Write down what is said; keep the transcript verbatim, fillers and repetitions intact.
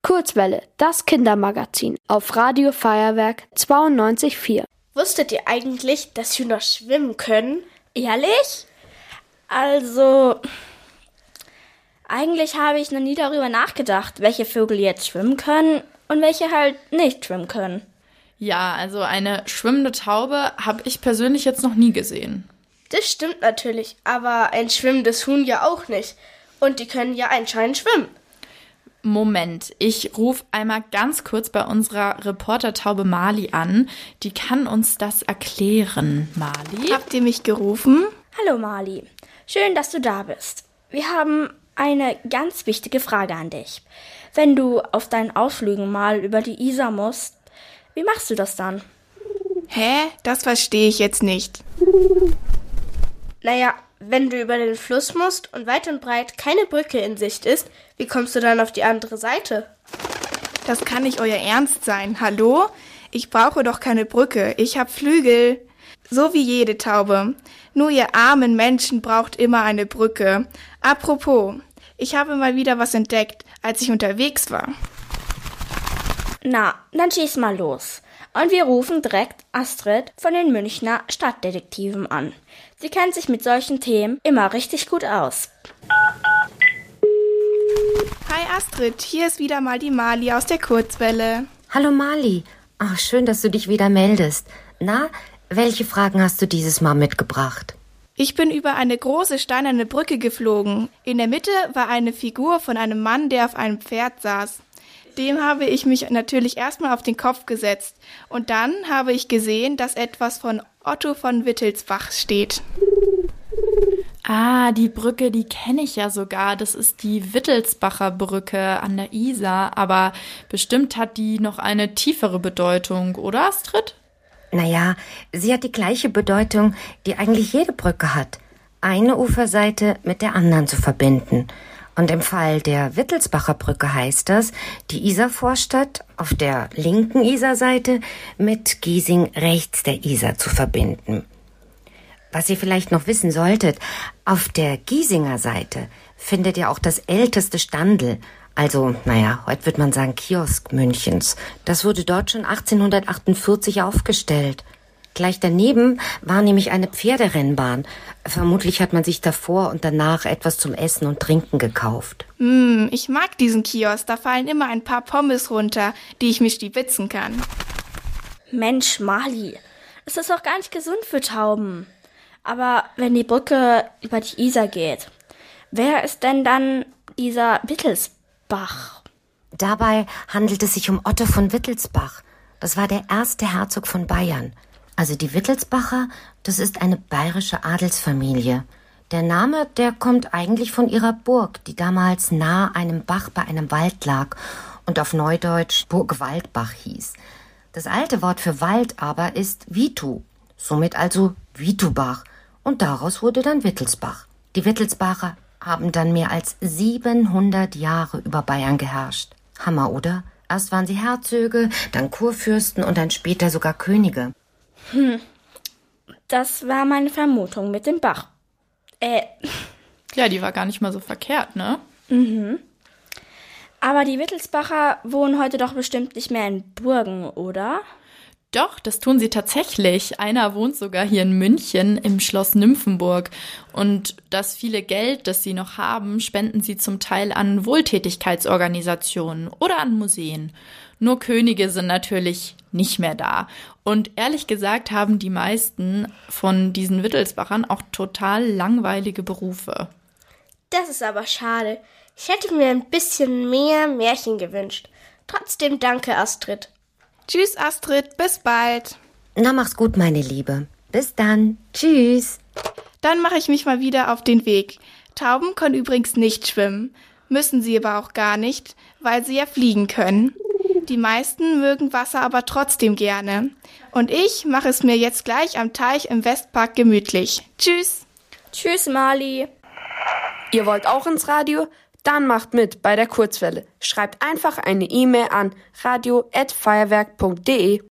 Kurzwelle, das Kindermagazin auf Radio Feuerwerk zweiundneunzig Komma vier. Wusstet ihr eigentlich, dass Hühner schwimmen können? Ehrlich? Also, eigentlich habe ich noch nie darüber nachgedacht, welche Vögel jetzt schwimmen können und welche halt nicht schwimmen können. Ja, also eine schwimmende Taube habe ich persönlich jetzt noch nie gesehen. Das stimmt natürlich, aber ein schwimmendes Huhn ja auch nicht. Und die können ja anscheinend schwimmen. Moment, ich rufe einmal ganz kurz bei unserer Reportertaube Mali an. Die kann uns das erklären. Mali? Habt ihr mich gerufen? Hallo Mali, schön, dass du da bist. Wir haben eine ganz wichtige Frage an dich. Wenn du auf deinen Ausflügen mal über die Isar musst, wie machst du das dann? Hä? Das verstehe ich jetzt nicht. Naja, wenn du über den Fluss musst und weit und breit keine Brücke in Sicht ist, wie kommst du dann auf die andere Seite? Das kann nicht euer Ernst sein. Hallo? Ich brauche doch keine Brücke. Ich hab Flügel. So wie jede Taube. Nur ihr armen Menschen braucht immer eine Brücke. Apropos, ich habe mal wieder was entdeckt, als ich unterwegs war. Na, dann schieß mal los. Und wir rufen direkt Astrid von den Münchner Stadtdetektiven an. Sie kennt sich mit solchen Themen immer richtig gut aus. Hi Astrid, hier ist wieder mal die Mali aus der Kurzwelle. Hallo Mali. Ach, schön, dass du dich wieder meldest. Na, welche Fragen hast du dieses Mal mitgebracht? Ich bin über eine große steinerne Brücke geflogen. In der Mitte war eine Figur von einem Mann, der auf einem Pferd saß. Dem habe ich mich natürlich erstmal auf den Kopf gesetzt. Und dann habe ich gesehen, dass etwas von Otto von Wittelsbach steht. Ah, die Brücke, die kenne ich ja sogar. Das ist die Wittelsbacher Brücke an der Isar. Aber bestimmt hat die noch eine tiefere Bedeutung, oder Astrid? Naja, sie hat die gleiche Bedeutung, die eigentlich jede Brücke hat. Eine Uferseite mit der anderen zu verbinden. Und im Fall der Wittelsbacher Brücke heißt das, die Isarvorstadt auf der linken Isarseite mit Giesing rechts der Isar zu verbinden. Was ihr vielleicht noch wissen solltet, auf der Giesinger Seite findet ihr auch das älteste Standl, also, naja, heute würde man sagen Kiosk Münchens. Das wurde dort schon achtzehnhundertachtundvierzig aufgestellt. Gleich daneben war nämlich eine Pferderennbahn. Vermutlich hat man sich davor und danach etwas zum Essen und Trinken gekauft. Hm, ich mag diesen Kiosk. Da fallen immer ein paar Pommes runter, die ich mir stibitzen kann. Mensch, Mali, das ist doch gar nicht gesund für Tauben. Aber wenn die Brücke über die Isar geht, wer ist denn dann dieser Wittelsbach? Dabei handelt es sich um Otto von Wittelsbach. Das war der erste Herzog von Bayern. Also die Wittelsbacher, das ist eine bayerische Adelsfamilie. Der Name, der kommt eigentlich von ihrer Burg, die damals nahe einem Bach bei einem Wald lag und auf Neudeutsch Burg Waldbach hieß. Das alte Wort für Wald aber ist Witu, somit also Witubach. Und daraus wurde dann Wittelsbach. Die Wittelsbacher haben dann mehr als siebenhundert Jahre über Bayern geherrscht. Hammer, oder? Erst waren sie Herzöge, dann Kurfürsten und dann später sogar Könige. Hm, das war meine Vermutung mit dem Bach. Äh. Ja, die war gar nicht mal so verkehrt, ne? Mhm. Aber die Wittelsbacher wohnen heute doch bestimmt nicht mehr in Burgen, oder? Doch, das tun sie tatsächlich. Einer wohnt sogar hier in München im Schloss Nymphenburg. Und das viele Geld, das sie noch haben, spenden sie zum Teil an Wohltätigkeitsorganisationen oder an Museen. Nur Könige sind natürlich nicht mehr da. Und ehrlich gesagt haben die meisten von diesen Wittelsbachern auch total langweilige Berufe. Das ist aber schade. Ich hätte mir ein bisschen mehr Märchen gewünscht. Trotzdem danke, Astrid. Tschüss, Astrid. Bis bald. Na, mach's gut, meine Liebe. Bis dann. Tschüss. Dann mache ich mich mal wieder auf den Weg. Tauben können übrigens nicht schwimmen. Müssen sie aber auch gar nicht, weil sie ja fliegen können. Die meisten mögen Wasser aber trotzdem gerne. Und ich mache es mir jetzt gleich am Teich im Westpark gemütlich. Tschüss. Tschüss, Mali. Ihr wollt auch ins Radio? Dann macht mit bei der Kurzwelle. Schreibt einfach eine E-Mail an radio at feuerwerk punkt de.